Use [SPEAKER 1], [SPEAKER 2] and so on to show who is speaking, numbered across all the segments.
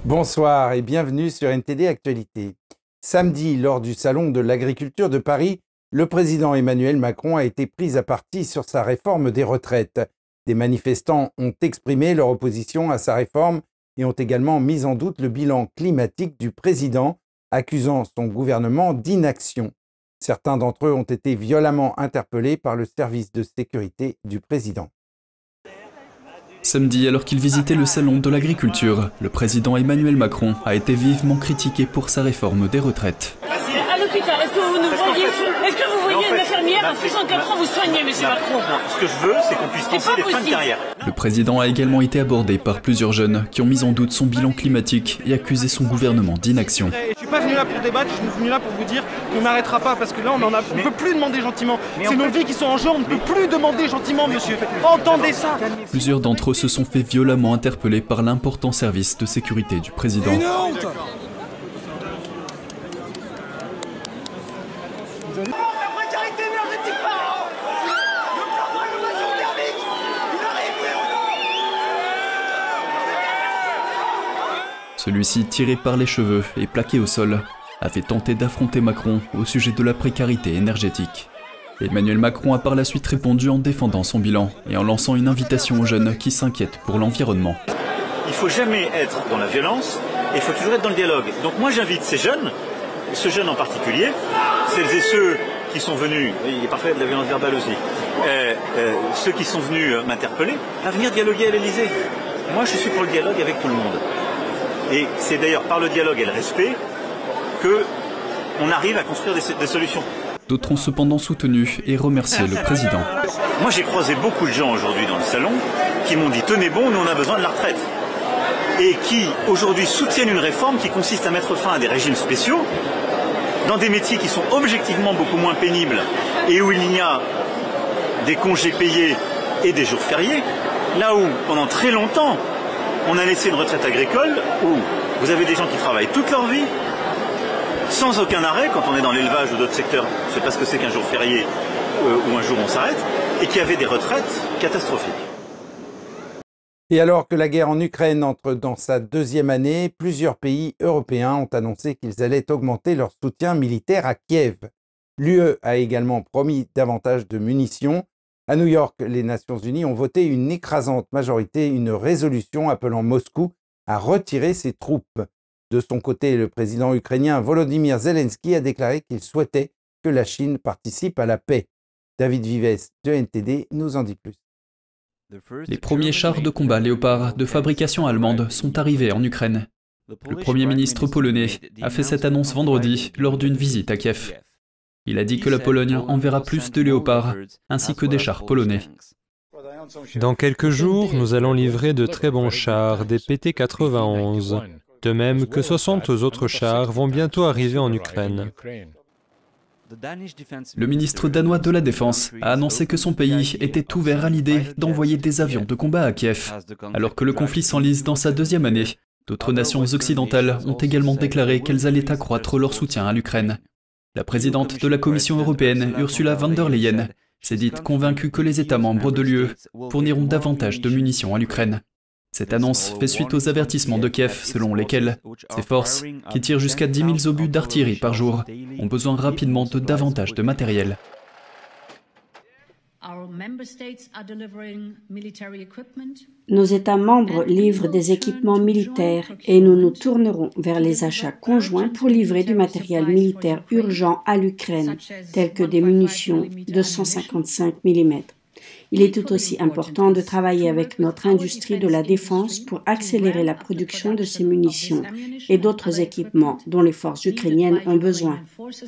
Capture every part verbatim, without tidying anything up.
[SPEAKER 1] Bonsoir et bienvenue sur N T D Actualité. Samedi, lors du Salon de l'Agriculture de Paris, le président Emmanuel Macron a été pris à partie sur sa réforme des retraites. Des manifestants ont exprimé leur opposition à sa réforme et ont également mis en doute le bilan climatique du président, accusant son gouvernement d'inaction. Certains d'entre eux ont été violemment interpellés par le service de sécurité du président.
[SPEAKER 2] Samedi, alors qu'il visitait le salon de l'agriculture, le président Emmanuel Macron a été vivement critiqué pour sa réforme des retraites.
[SPEAKER 3] À l'hôpital, est-ce que vous nous voyez, est-ce que vous voyez une infirmière à soixante-quatre ans vous soigner, monsieur Macron?
[SPEAKER 4] Non, ce que je veux, c'est qu'on puisse penser les fins de carrière.
[SPEAKER 2] Le président a également été abordé par plusieurs jeunes qui ont mis en doute son bilan climatique et accusé son gouvernement d'inaction.
[SPEAKER 5] Je suis pas venu là pour débattre, je suis venu là pour vous dire qu'on n'arrêtera pas parce que là on en a, on peut plus demander gentiment. C'est nos vies qui sont en jeu, on ne peut plus demander gentiment, monsieur. Entendez ça.
[SPEAKER 2] Plusieurs d'entre eux se sont fait violemment interpeller par l'important service de sécurité du président.
[SPEAKER 5] Une honte.
[SPEAKER 2] Celui-ci, tiré par les cheveux et plaqué au sol, avait tenté d'affronter Macron au sujet de la précarité énergétique. Emmanuel Macron a par la suite répondu en défendant son bilan et en lançant une invitation aux jeunes qui s'inquiètent pour l'environnement.
[SPEAKER 4] Il ne faut jamais être dans la violence et il faut toujours être dans le dialogue. Donc moi j'invite ces jeunes, ce jeune en particulier, celles et ceux qui sont venus, il est parfait de la violence verbale aussi, euh, euh, ceux qui sont venus m'interpeller, à venir dialoguer à l'Élysée. Moi je suis pour le dialogue avec tout le monde. Et c'est d'ailleurs par le dialogue et le respect qu'on arrive à construire des, des solutions.
[SPEAKER 2] D'autres ont cependant soutenu et remercié le président.
[SPEAKER 4] Moi j'ai croisé beaucoup de gens aujourd'hui dans le salon qui m'ont dit « Tenez bon, nous on a besoin de la retraite ». Et qui aujourd'hui soutiennent une réforme qui consiste à mettre fin à des régimes spéciaux dans des métiers qui sont objectivement beaucoup moins pénibles et où il y a des congés payés et des jours fériés, là où pendant très longtemps on a laissé une retraite agricole où vous avez des gens qui travaillent toute leur vie, sans aucun arrêt, quand on est dans l'élevage ou d'autres secteurs, je ne sais pas ce que c'est qu'un jour férié euh, ou un jour on s'arrête, et qui avaient des retraites catastrophiques.
[SPEAKER 1] Et alors que la guerre en Ukraine entre dans sa deuxième année, plusieurs pays européens ont annoncé qu'ils allaient augmenter leur soutien militaire à Kiev. L'U E a également promis davantage de munitions. À New York, les Nations Unies ont voté une écrasante majorité une résolution appelant Moscou à retirer ses troupes. De son côté, le président ukrainien Volodymyr Zelensky a déclaré qu'il souhaitait que la Chine participe à la paix. David Vives de N T D nous en dit plus.
[SPEAKER 2] Les premiers chars de combat Léopard de fabrication allemande sont arrivés en Ukraine. Le Premier ministre polonais a fait cette annonce vendredi lors d'une visite à Kiev. Il a dit que la Pologne enverra plus de Léopards ainsi que des chars polonais.
[SPEAKER 6] Dans quelques jours, nous allons livrer de très bons chars, des P T quatre-vingt-onze. De même que soixante autres chars vont bientôt arriver en Ukraine.
[SPEAKER 2] Le ministre danois de la Défense a annoncé que son pays était ouvert à l'idée d'envoyer des avions de combat à Kiev. Alors que le conflit s'enlise dans sa deuxième année, d'autres nations occidentales ont également déclaré qu'elles allaient accroître leur soutien à l'Ukraine. La présidente de la Commission européenne, Ursula von der Leyen, s'est dite convaincue que les États membres de l'U E fourniront davantage de munitions à l'Ukraine. Cette annonce fait suite aux avertissements de Kiev selon lesquels ces forces, qui tirent jusqu'à dix mille obus d'artillerie par jour, ont besoin rapidement de davantage de matériel.
[SPEAKER 7] Nos États membres livrent des équipements militaires et nous nous tournerons vers les achats conjoints pour livrer du matériel militaire urgent à l'Ukraine, tels que des munitions de cent cinquante-cinq millimètres. Il est tout aussi important de travailler avec notre industrie de la défense pour accélérer la production de ces munitions et d'autres équipements dont les forces ukrainiennes ont besoin.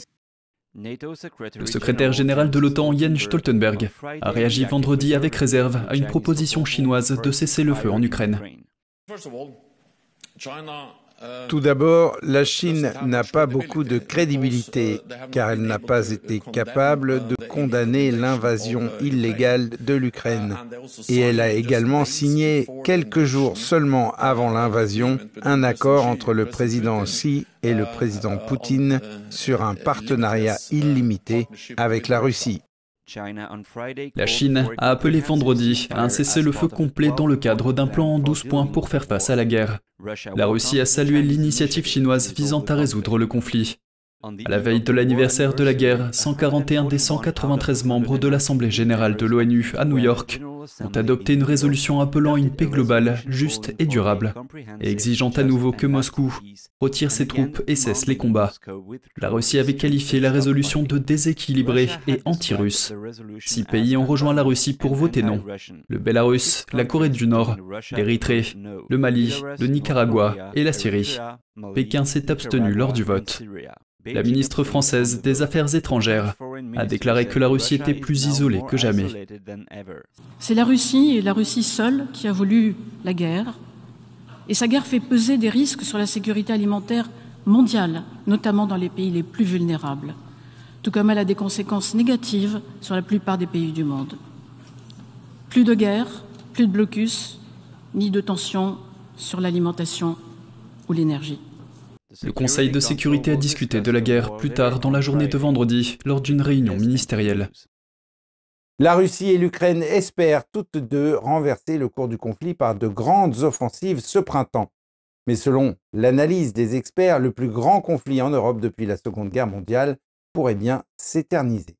[SPEAKER 2] Le secrétaire général de l'OTAN, Jens Stoltenberg, a réagi vendredi avec réserve à une proposition chinoise de cesser le feu en Ukraine.
[SPEAKER 1] Tout d'abord, la Chine n'a pas beaucoup de crédibilité car elle n'a pas été capable de condamner l'invasion illégale de l'Ukraine. Et elle a également signé, quelques jours seulement avant l'invasion, un accord entre le président Xi et le président Poutine sur un partenariat illimité avec la Russie.
[SPEAKER 2] La Chine a appelé vendredi à un cessez-le-feu complet dans le cadre d'un plan en douze points pour faire face à la guerre. La Russie a salué l'initiative chinoise visant à résoudre le conflit. À la veille de l'anniversaire de la guerre, cent quarante et un des cent quatre-vingt-treize membres de l'Assemblée générale de l'ONU à New York ont adopté une résolution appelant à une paix globale, juste et durable, et exigeant à nouveau que Moscou retire ses troupes et cesse les combats. La Russie avait qualifié la résolution de déséquilibrée et anti-russe. Six pays ont rejoint la Russie pour voter non: le Bélarus, la Corée du Nord, l'Érythrée, le Mali, le Nicaragua et la Syrie. Pékin s'est abstenu lors du vote. La ministre française des Affaires étrangères a déclaré que la Russie était plus isolée que jamais.
[SPEAKER 8] C'est la Russie, et la Russie seule, qui a voulu la guerre. Et sa guerre fait peser des risques sur la sécurité alimentaire mondiale, notamment dans les pays les plus vulnérables, tout comme elle a des conséquences négatives sur la plupart des pays du monde. Plus de guerre, plus de blocus, ni de tensions sur l'alimentation ou l'énergie.
[SPEAKER 2] Le Conseil de sécurité a discuté de la guerre plus tard dans la journée de vendredi lors d'une réunion ministérielle.
[SPEAKER 1] La Russie et l'Ukraine espèrent toutes deux renverser le cours du conflit par de grandes offensives ce printemps. Mais selon l'analyse des experts, le plus grand conflit en Europe depuis la Seconde Guerre mondiale pourrait bien s'éterniser.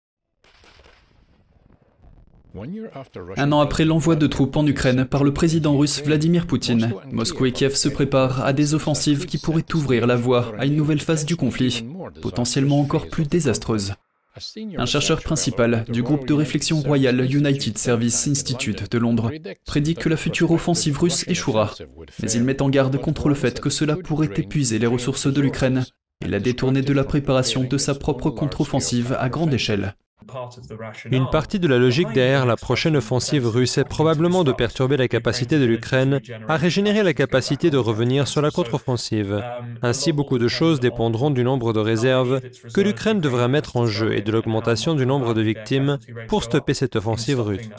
[SPEAKER 2] Un an après l'envoi de troupes en Ukraine par le président russe Vladimir Poutine, Moscou et Kiev se préparent à des offensives qui pourraient ouvrir la voie à une nouvelle phase du conflit, potentiellement encore plus désastreuse. Un chercheur principal du groupe de réflexion Royal United Service Institute de Londres prédit que la future offensive russe échouera, mais il met en garde contre le fait que cela pourrait épuiser les ressources de l'Ukraine et la détourner de la préparation de sa propre contre-offensive à grande échelle.
[SPEAKER 6] Une partie de la logique derrière la prochaine offensive russe est probablement de perturber la capacité de l'Ukraine à régénérer la capacité de revenir sur la contre-offensive. Ainsi, beaucoup de choses dépendront du nombre de réserves que l'Ukraine devra mettre en jeu et de l'augmentation du nombre de victimes pour stopper cette offensive russe.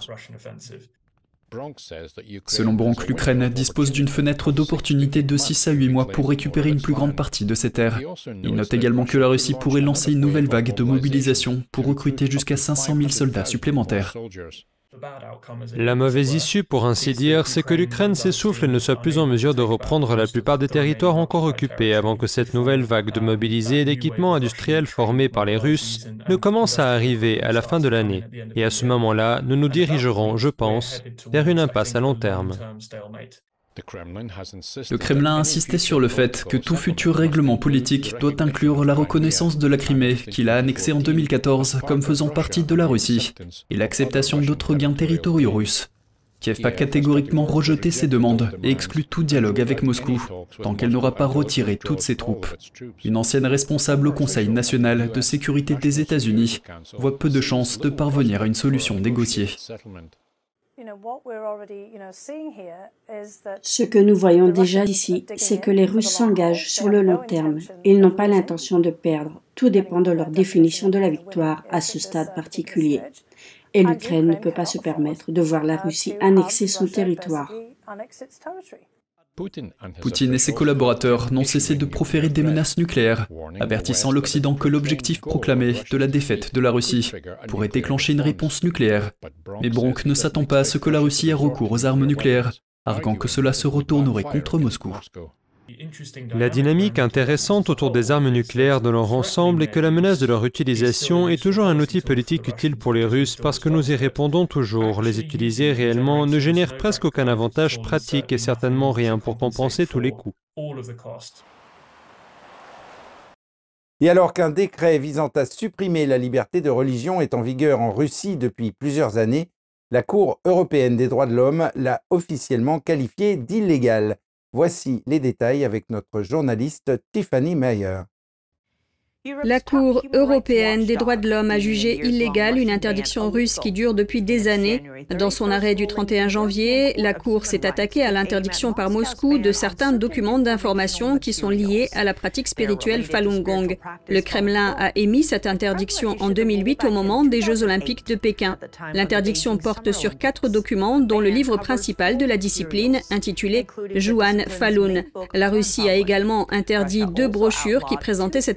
[SPEAKER 2] Selon Bronk, l'Ukraine dispose d'une fenêtre d'opportunité de six à huit mois pour récupérer une plus grande partie de ses terres. Il note également que la Russie pourrait lancer une nouvelle vague de mobilisation pour recruter jusqu'à cinq cent mille soldats supplémentaires.
[SPEAKER 6] La mauvaise issue, pour ainsi dire, c'est que l'Ukraine s'essouffle et ne soit plus en mesure de reprendre la plupart des territoires encore occupés avant que cette nouvelle vague de mobilisés et d'équipements industriels formés par les Russes ne commence à arriver à la fin de l'année. Et à ce moment-là, nous nous dirigerons, je pense, vers une impasse à long terme.
[SPEAKER 2] Le Kremlin a insisté sur le fait que tout futur règlement politique doit inclure la reconnaissance de la Crimée, qu'il a annexée en deux mille quatorze comme faisant partie de la Russie, et l'acceptation d'autres gains territoriaux russes. Kiev a catégoriquement rejeté ces demandes et exclu tout dialogue avec Moscou, tant qu'elle n'aura pas retiré toutes ses troupes. Une ancienne responsable au Conseil national de sécurité des États-Unis voit peu de chances de parvenir à une solution négociée.
[SPEAKER 7] Ce que nous voyons déjà ici, c'est que les Russes s'engagent sur le long terme. Ils n'ont pas l'intention de perdre. Tout dépend de leur définition de la victoire à ce stade particulier. Et l'Ukraine ne peut pas se permettre de voir la Russie annexer son territoire.
[SPEAKER 2] Poutine et ses collaborateurs n'ont cessé de proférer des menaces nucléaires, avertissant l'Occident que l'objectif proclamé de la défaite de la Russie pourrait déclencher une réponse nucléaire. Mais Bronk ne s'attend pas à ce que la Russie ait recours aux armes nucléaires, arguant que cela se retournerait contre Moscou.
[SPEAKER 6] La dynamique intéressante autour des armes nucléaires de leur ensemble est que la menace de leur utilisation est toujours un outil politique utile pour les Russes parce que nous y répondons toujours. Les utiliser réellement ne génère presque aucun avantage pratique et certainement rien pour compenser tous les coûts.
[SPEAKER 1] Et alors qu'un décret visant à supprimer la liberté de religion est en vigueur en Russie depuis plusieurs années, la Cour européenne des droits de l'homme l'a officiellement qualifié d'illégal. Voici les détails avec notre journaliste Tiffany Meyer.
[SPEAKER 9] La Cour européenne des droits de l'homme a jugé illégale une interdiction russe qui dure depuis des années. Dans son arrêt du trente et un janvier, la Cour s'est attaquée à l'interdiction par Moscou de certains documents d'information qui sont liés à la pratique spirituelle Falun Gong. Le Kremlin a émis cette interdiction en deux mille huit au moment des Jeux olympiques de Pékin. L'interdiction porte sur quatre documents, dont le livre principal de la discipline, intitulé Juan Falun. La Russie a également interdit deux brochures qui présentaient cette pratique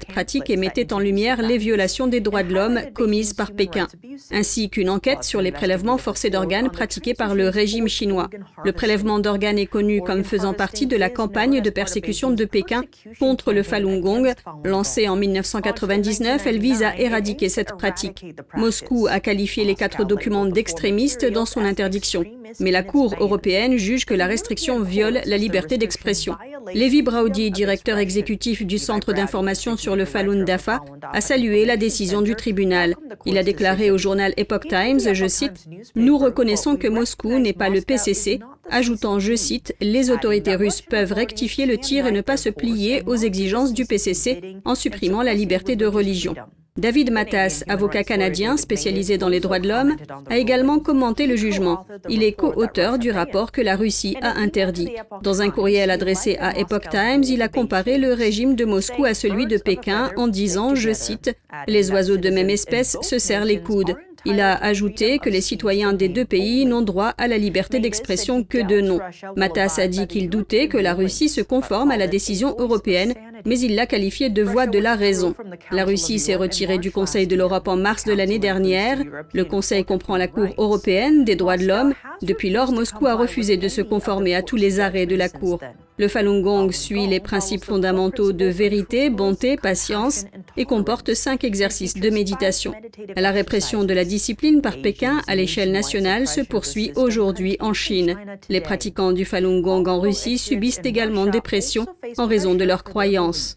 [SPEAKER 9] et mettait en lumière les violations des droits de l'homme commises par Pékin, ainsi qu'une enquête sur les prélèvements forcés d'organes pratiqués par le régime chinois. Le prélèvement d'organes est connu comme faisant partie de la campagne de persécution de Pékin contre le Falun Gong. Lancée en mille neuf cent quatre-vingt-dix-neuf, elle vise à éradiquer cette pratique. Moscou a qualifié les quatre documents d'extrémistes dans son interdiction. Mais la Cour européenne juge que la restriction viole la liberté d'expression. Levi Braudi, directeur exécutif du Centre d'information sur le Falun Dafa, a salué la décision du tribunal. Il a déclaré au journal Epoch Times, je cite, « Nous reconnaissons que Moscou n'est pas le P C C », ajoutant, je cite, « Les autorités russes peuvent rectifier le tir et ne pas se plier aux exigences du P C C en supprimant la liberté de religion ». David Matas, avocat canadien spécialisé dans les droits de l'homme, a également commenté le jugement. Il est co-auteur du rapport que la Russie a interdit. Dans un courriel adressé à Epoch Times, il a comparé le régime de Moscou à celui de Pékin en disant, je cite, « Les oiseaux de même espèce se serrent les coudes ». Il a ajouté que les citoyens des deux pays n'ont droit à la liberté d'expression que de nom. Matas a dit qu'il doutait que la Russie se conforme à la décision européenne, mais il l'a qualifiée de voie de la raison. La Russie s'est retirée du Conseil de l'Europe en mars de l'année dernière. Le Conseil comprend la Cour européenne des droits de l'homme. Depuis lors, Moscou a refusé de se conformer à tous les arrêts de la Cour. Le Falun Gong suit les principes fondamentaux de vérité, bonté, patience et comporte cinq exercices de méditation. La répression de la discipline par Pékin à l'échelle nationale se poursuit aujourd'hui en Chine. Les pratiquants du Falun Gong en Russie subissent également des pressions en raison de leurs croyances.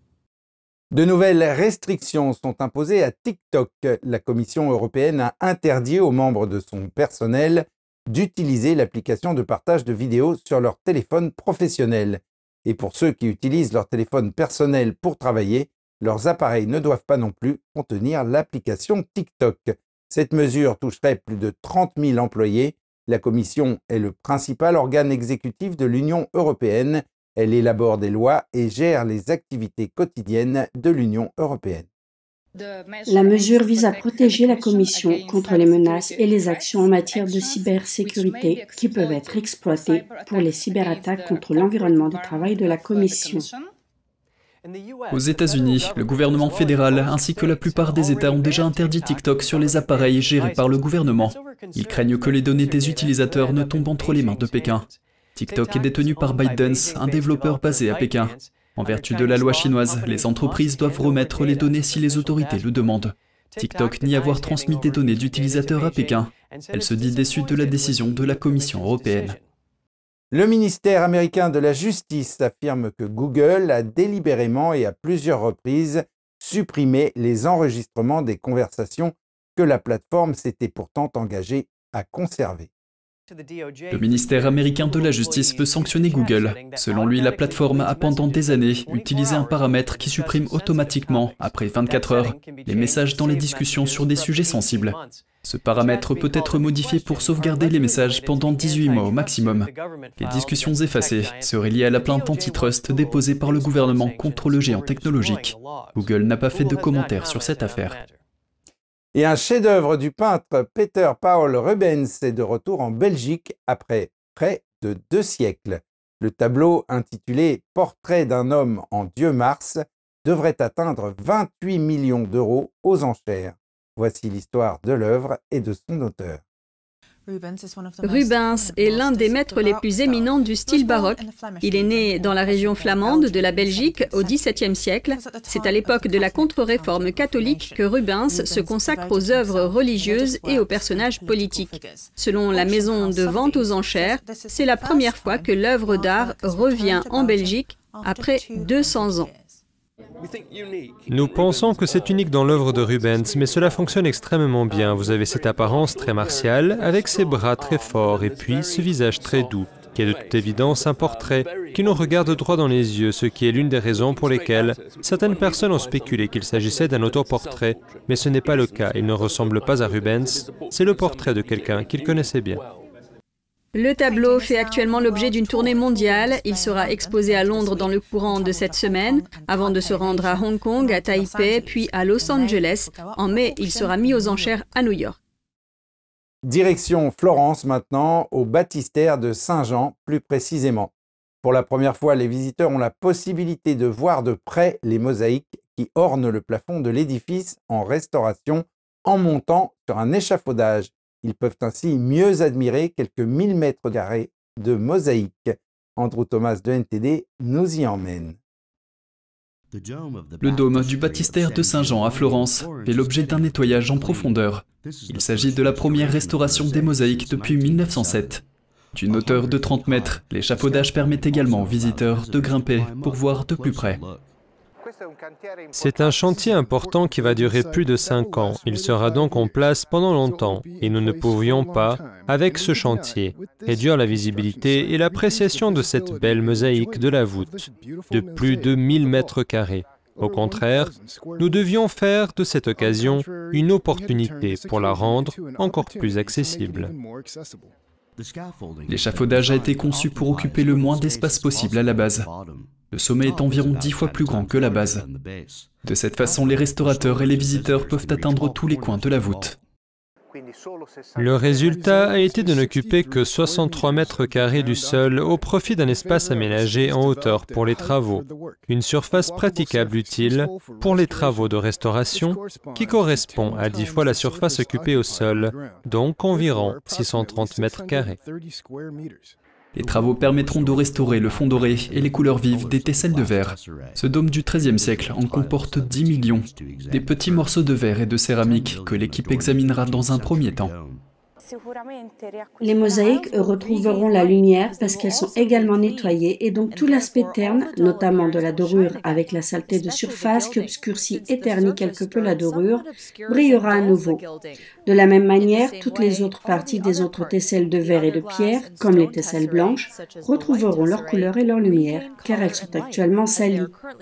[SPEAKER 1] De nouvelles restrictions sont imposées à TikTok. La Commission européenne a interdit aux membres de son personnel d'utiliser l'application de partage de vidéos sur leur téléphone professionnel. Et pour ceux qui utilisent leur téléphone personnel pour travailler, leurs appareils ne doivent pas non plus contenir l'application TikTok. Cette mesure toucherait plus de trente mille employés. La Commission est le principal organe exécutif de l'Union européenne. Elle élabore des lois et gère les activités quotidiennes de l'Union européenne.
[SPEAKER 7] La mesure vise à protéger la Commission contre les menaces et les actions en matière de cybersécurité qui peuvent être exploitées pour les cyberattaques contre l'environnement de travail de la Commission.
[SPEAKER 2] Aux États-Unis, le gouvernement fédéral ainsi que la plupart des États ont déjà interdit TikTok sur les appareils gérés par le gouvernement. Ils craignent que les données des utilisateurs ne tombent entre les mains de Pékin. TikTok est détenu par ByteDance, un développeur basé à Pékin. En vertu de la loi chinoise, les entreprises doivent remettre les données si les autorités le demandent. TikTok nie avoir transmis des données d'utilisateurs à Pékin. Elle se dit déçue de la décision de la Commission européenne.
[SPEAKER 1] Le ministère américain de la Justice affirme que Google a délibérément et à plusieurs reprises supprimé les enregistrements des conversations que la plateforme s'était pourtant engagée à conserver.
[SPEAKER 2] Le ministère américain de la Justice veut sanctionner Google. Selon lui, la plateforme a pendant des années utilisé un paramètre qui supprime automatiquement, après vingt-quatre heures, les messages dans les discussions sur des sujets sensibles. Ce paramètre peut être modifié pour sauvegarder les messages pendant dix-huit mois au maximum. Les discussions effacées seraient liées à la plainte antitrust déposée par le gouvernement contre le géant technologique. Google n'a pas fait de commentaires sur cette affaire.
[SPEAKER 1] Et un chef-d'œuvre du peintre Peter Paul Rubens est de retour en Belgique après près de deux siècles. Le tableau intitulé « Portrait d'un homme en Dieu Mars » devrait atteindre vingt-huit millions d'euros aux enchères. Voici l'histoire de l'œuvre et de son auteur.
[SPEAKER 9] Rubens est l'un des maîtres les plus éminents du style baroque. Il est né dans la région flamande de la Belgique au dix-septième siècle. C'est à l'époque de la contre-réforme catholique que Rubens se consacre aux œuvres religieuses et aux personnages politiques. Selon la maison de vente aux enchères, c'est la première fois que l'œuvre d'art revient en Belgique après deux cents ans.
[SPEAKER 6] Nous pensons que c'est unique dans l'œuvre de Rubens, mais cela fonctionne extrêmement bien. Vous avez cette apparence très martiale, avec ses bras très forts, et puis ce visage très doux, qui est de toute évidence un portrait, qui nous regarde droit dans les yeux, ce qui est l'une des raisons pour lesquelles certaines personnes ont spéculé qu'il s'agissait d'un autoportrait, mais ce n'est pas le cas, il ne ressemble pas à Rubens, c'est le portrait de quelqu'un qu'il connaissait bien.
[SPEAKER 9] Le tableau fait actuellement l'objet d'une tournée mondiale. Il sera exposé à Londres dans le courant de cette semaine, avant de se rendre à Hong Kong, à Taipei, puis à Los Angeles. En mai, il sera mis aux enchères à New York.
[SPEAKER 1] Direction Florence maintenant, au baptistère de Saint-Jean plus précisément. Pour la première fois, les visiteurs ont la possibilité de voir de près les mosaïques qui ornent le plafond de l'édifice en restauration en montant sur un échafaudage. Ils peuvent ainsi mieux admirer quelques mille mètres carrés de mosaïques. Andrew Thomas de N T D nous y emmène.
[SPEAKER 2] Le dôme du baptistère de Saint-Jean à Florence fait l'objet d'un nettoyage en profondeur. Il s'agit de la première restauration des mosaïques depuis mille neuf cent sept. D'une hauteur de trente mètres, l'échafaudage permet également aux visiteurs de grimper pour voir de plus près.
[SPEAKER 6] C'est un chantier important qui va durer plus de cinq ans. Il sera donc en place pendant longtemps et nous ne pouvions pas, avec ce chantier, réduire la visibilité et l'appréciation de cette belle mosaïque de la voûte de plus de mille mètres carrés. Au contraire, nous devions faire de cette occasion une opportunité pour la rendre encore plus accessible.
[SPEAKER 2] L'échafaudage a été conçu pour occuper le moins d'espace possible à la base. Le sommet est environ dix fois plus grand que la base. De cette façon, les restaurateurs et les visiteurs peuvent atteindre tous les coins de la voûte.
[SPEAKER 6] Le résultat a été de n'occuper que soixante-trois mètres carrés du sol au profit d'un espace aménagé en hauteur pour les travaux, une surface praticable utile pour les travaux de restauration qui correspond à dix fois la surface occupée au sol, donc environ six cent trente mètres carrés.
[SPEAKER 2] Les travaux permettront de restaurer le fond doré et les couleurs vives des tesselles de verre. Ce dôme du treizième siècle en comporte dix millions, des petits morceaux de verre et de céramique que l'équipe examinera dans un premier temps.
[SPEAKER 7] Les mosaïques retrouveront la lumière parce qu'elles sont également nettoyées et donc tout l'aspect terne, notamment de la dorure avec la saleté de surface qui obscurcit et ternit quelque peu la dorure, brillera à nouveau. De la même manière, toutes les autres parties des autres tesselles de verre et de pierre, comme les tesselles blanches, retrouveront leur couleur et leur lumière car elles sont actuellement salies.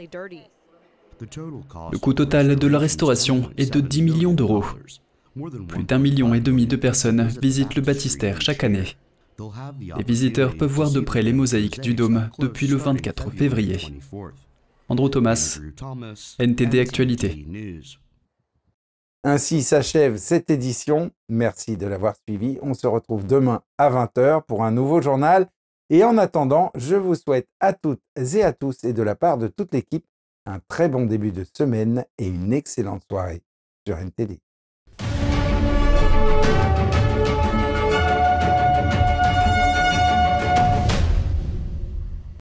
[SPEAKER 2] Le coût total de la restauration est de dix millions d'euros. Plus d'un million et demi de personnes visitent le baptistère chaque année. Les visiteurs peuvent voir de près les mosaïques du dôme depuis le vingt-quatre février. Andrew Thomas, N T D Actualité.
[SPEAKER 1] Ainsi s'achève cette édition. Merci de l'avoir suivi. On se retrouve demain à vingt heures pour un nouveau journal. Et en attendant, je vous souhaite à toutes et à tous et de la part de toute l'équipe un très bon début de semaine et une excellente soirée sur N T D.